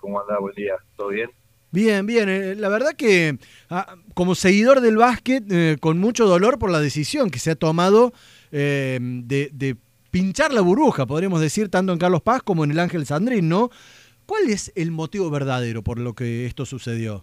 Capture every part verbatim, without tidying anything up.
¿Cómo andás? Buen día. ¿Todo bien? Bien, bien. Eh, la verdad que ah, como seguidor del básquet, eh, con mucho dolor por la decisión que se ha tomado eh, de, de pinchar la burbuja, podríamos decir, tanto en Carlos Paz como en el Ángel Sandrín, ¿no? ¿Cuál es el motivo verdadero por lo que esto sucedió?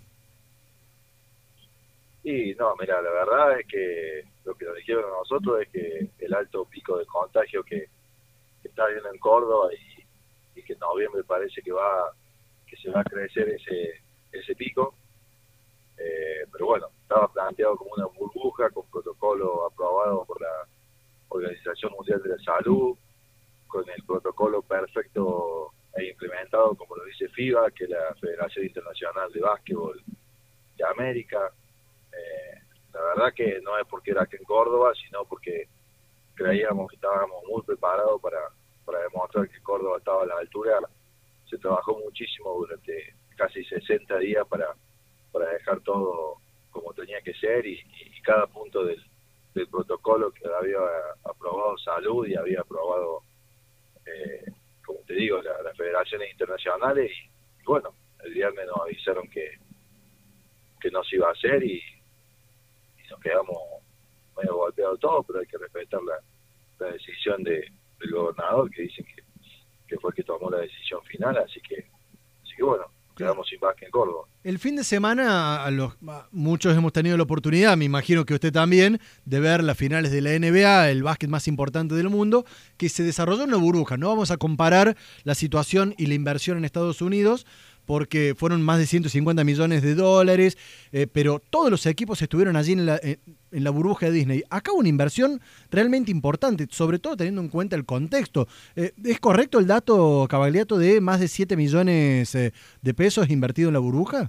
Y no, mira, la verdad es que lo que nos dijeron a nosotros es que el alto pico de contagio que, que está viendo en Córdoba y, y que en noviembre parece que va que se va a crecer ese ese pico, eh, pero bueno, estaba planteado como una burbuja con protocolo aprobado por la Organización Mundial de la Salud, con el protocolo perfecto e implementado, como lo dice FIBA, que es la Federación Internacional de Básquetbol de América. Eh, la verdad que no es porque era aquí en Córdoba, sino porque creíamos que estábamos muy preparados para, para demostrar que Córdoba estaba a la altura. Se trabajó muchísimo durante casi sesenta días para, para dejar todo como tenía que ser y, y cada punto del, del protocolo que había aprobado Salud y había aprobado, eh, como te digo, la, las federaciones internacionales y, y bueno, el viernes nos avisaron que, que no se iba a hacer y, y nos quedamos medio golpeados todos, pero hay que respetar la, la decisión de, del gobernador, que dicen que, que fue el que tomó la decisión final, así que, así que bueno, quedamos sin básquet en Córdoba. El fin de semana a los, a muchos hemos tenido la oportunidad, me imagino que usted también, de ver las finales de la N B A, el básquet más importante del mundo, que se desarrolló en una burbuja. No vamos a comparar la situación y la inversión en Estados Unidos, porque fueron más de ciento cincuenta millones de dólares, eh, pero todos los equipos estuvieron allí en la, en, en la burbuja de Disney. Acá hubo una inversión realmente importante, sobre todo teniendo en cuenta el contexto. Eh, ¿Es correcto el dato, Cavagliato, de más de siete millones eh, de pesos invertido en la burbuja?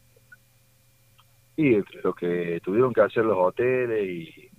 Y entre lo que tuvieron que hacer los hoteles y,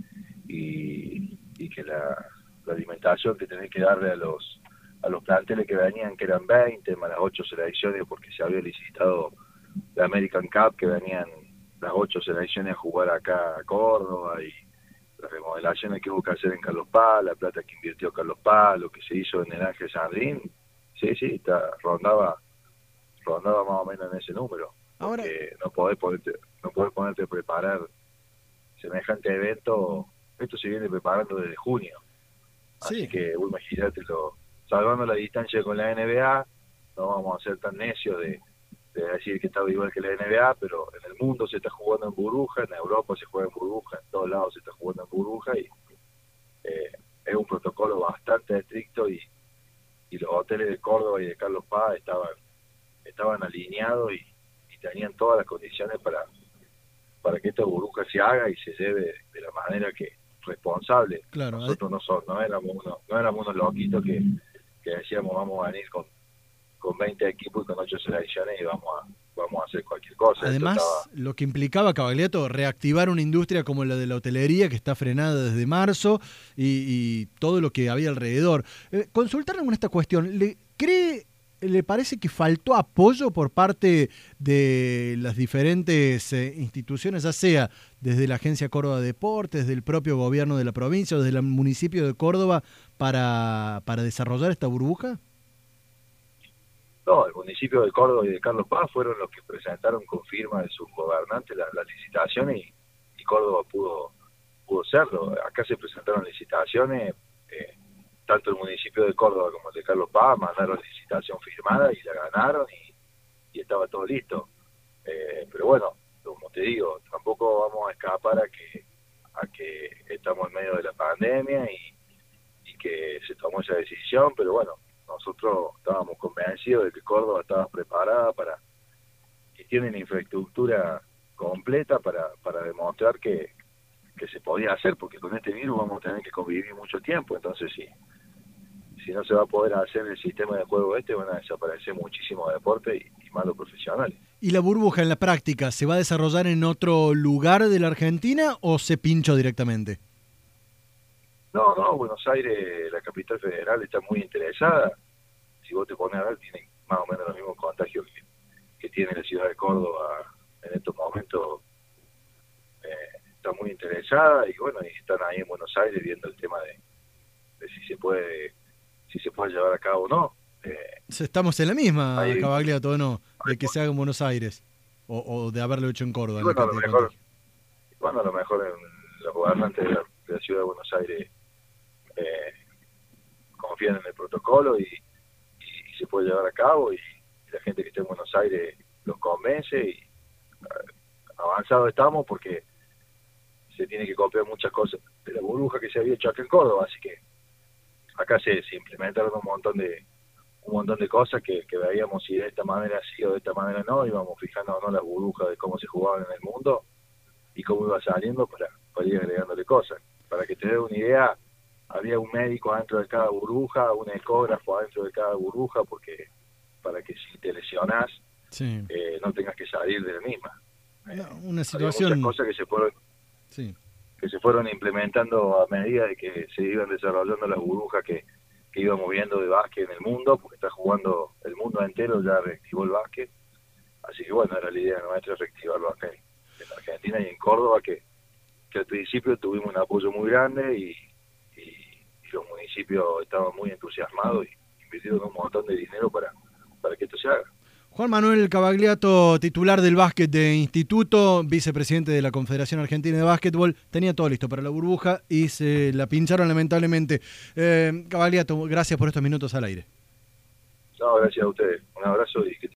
y, y que la, la alimentación que tenés que darle a los a los planteles que venían, que eran veinte, más las ocho selecciones, porque se había licitado la American Cup, que venían las ocho selecciones a jugar acá a Córdoba, y las remodelaciones que hubo que hacer en Carlos Paz, la plata que invirtió Carlos Paz, lo que se hizo en el Ángel Sandrín, sí, sí, está, rondaba, rondaba más o menos en ese número, Ahora, porque no podés ponerte, no podés ponerte a preparar semejante evento. Esto se viene preparando desde junio, así sí. que vos imagínate, lo, salvando la distancia con la N B A, no vamos a ser tan necios de, de decir que estaba igual que la N B A, pero en el mundo se está jugando en burbuja, en Europa se juega en burbuja, en todos lados se está jugando en burbuja, y eh, es un protocolo bastante estricto, y, y los hoteles de Córdoba y de Carlos Paz estaban estaban alineados y, y tenían todas las condiciones para para que esta burbuja se haga y se lleve de la manera que responsable. Claro. Nosotros no, son, no éramos unos, no éramos unos loquitos que, que decíamos vamos a venir con, con veinte equipos y con ocho selecciones y vamos a, vamos a hacer cualquier cosa. Además, estaba... lo que implicaba, Cavagliato, reactivar una industria como la de la hotelería, que está frenada desde marzo, y, y todo lo que había alrededor. Eh, consultarle con esta cuestión, ¿le cree, le parece que faltó apoyo por parte de las diferentes eh, instituciones, ya sea desde la Agencia Córdoba Deportes, del propio gobierno de la provincia o desde el municipio de Córdoba, para, para desarrollar esta burbuja? No, el municipio de Córdoba y de Carlos Paz fueron los que presentaron con firma de sus gobernantes las la licitaciones y, y Córdoba pudo pudo serlo. Acá se presentaron licitaciones, eh, tanto el municipio de Córdoba como el de Carlos Paz mandaron licitación firmada y la ganaron y, y estaba todo listo. Eh, pero bueno, como te digo, tampoco vamos a escapar a que a que estamos en medio de la pandemia y, y que se tomó esa decisión, pero bueno, nosotros estábamos convencidos de que Córdoba estaba preparada para, y tiene la infraestructura completa para, para demostrar que, que se podía hacer, porque con este virus vamos a tener que convivir mucho tiempo, entonces sí, si no se va a poder hacer el sistema de juego este, van a desaparecer muchísimos deportes y, y más los profesionales. ¿Y la burbuja en la práctica se va a desarrollar en otro lugar de la Argentina o se pinchó directamente? No, no, Buenos Aires, la capital federal, está muy interesada. Si vos te pones a ver, tienen más o menos los mismos contagios que, que tiene la ciudad de Córdoba en estos momentos. Eh, está muy interesada y bueno, y están ahí en Buenos Aires viendo el tema de, de si se puede si se puede llevar a cabo o no. Eh, Estamos en la misma, ahí, Cavagliato, ¿o no? de que se haga en Buenos Aires o, o de haberlo hecho en Córdoba. Y bueno, a lo en la mejor, bueno, a lo mejor en los gobernantes de la, de la ciudad de Buenos Aires eh, confían en el protocolo y, y, y se puede llevar a cabo, y, y la gente que está en Buenos Aires los convence, y eh, avanzado estamos, porque se tiene que copiar muchas cosas de la burbuja que se había hecho acá en Córdoba, así que acá se, se implementaron un montón de un montón de cosas que, que veíamos si de esta manera sí o de esta manera no, íbamos fijándonos las burbujas de cómo se jugaban en el mundo y cómo iba saliendo para, para ir agregándole cosas. Para que te dé una idea, había un médico adentro de cada burbuja, un ecógrafo adentro de cada burbuja, porque para que si te lesionás, sí. eh, no tengas que salir de la misma. No, Eh, una situación... Había muchas cosas que se fueron sí. que se fueron implementando a medida de que se iban desarrollando las burbujas que, que íbamos viendo de básquet en el mundo, porque está jugando el mundo entero, ya reactivó el básquet. Así que bueno, era la idea nuestra reactivarlo acá en, en Argentina y en Córdoba, que, que al principio tuvimos un apoyo muy grande y, y, y los municipios estaban muy entusiasmados y invirtieron un montón de dinero para, para que esto se haga. Juan Manuel Cavagliato, titular del básquet de Instituto, vicepresidente de la Confederación Argentina de Básquetbol, tenía todo listo para la burbuja y se la pincharon lamentablemente. Eh, Cavagliato, gracias por estos minutos al aire. No, gracias a ustedes. Un abrazo y que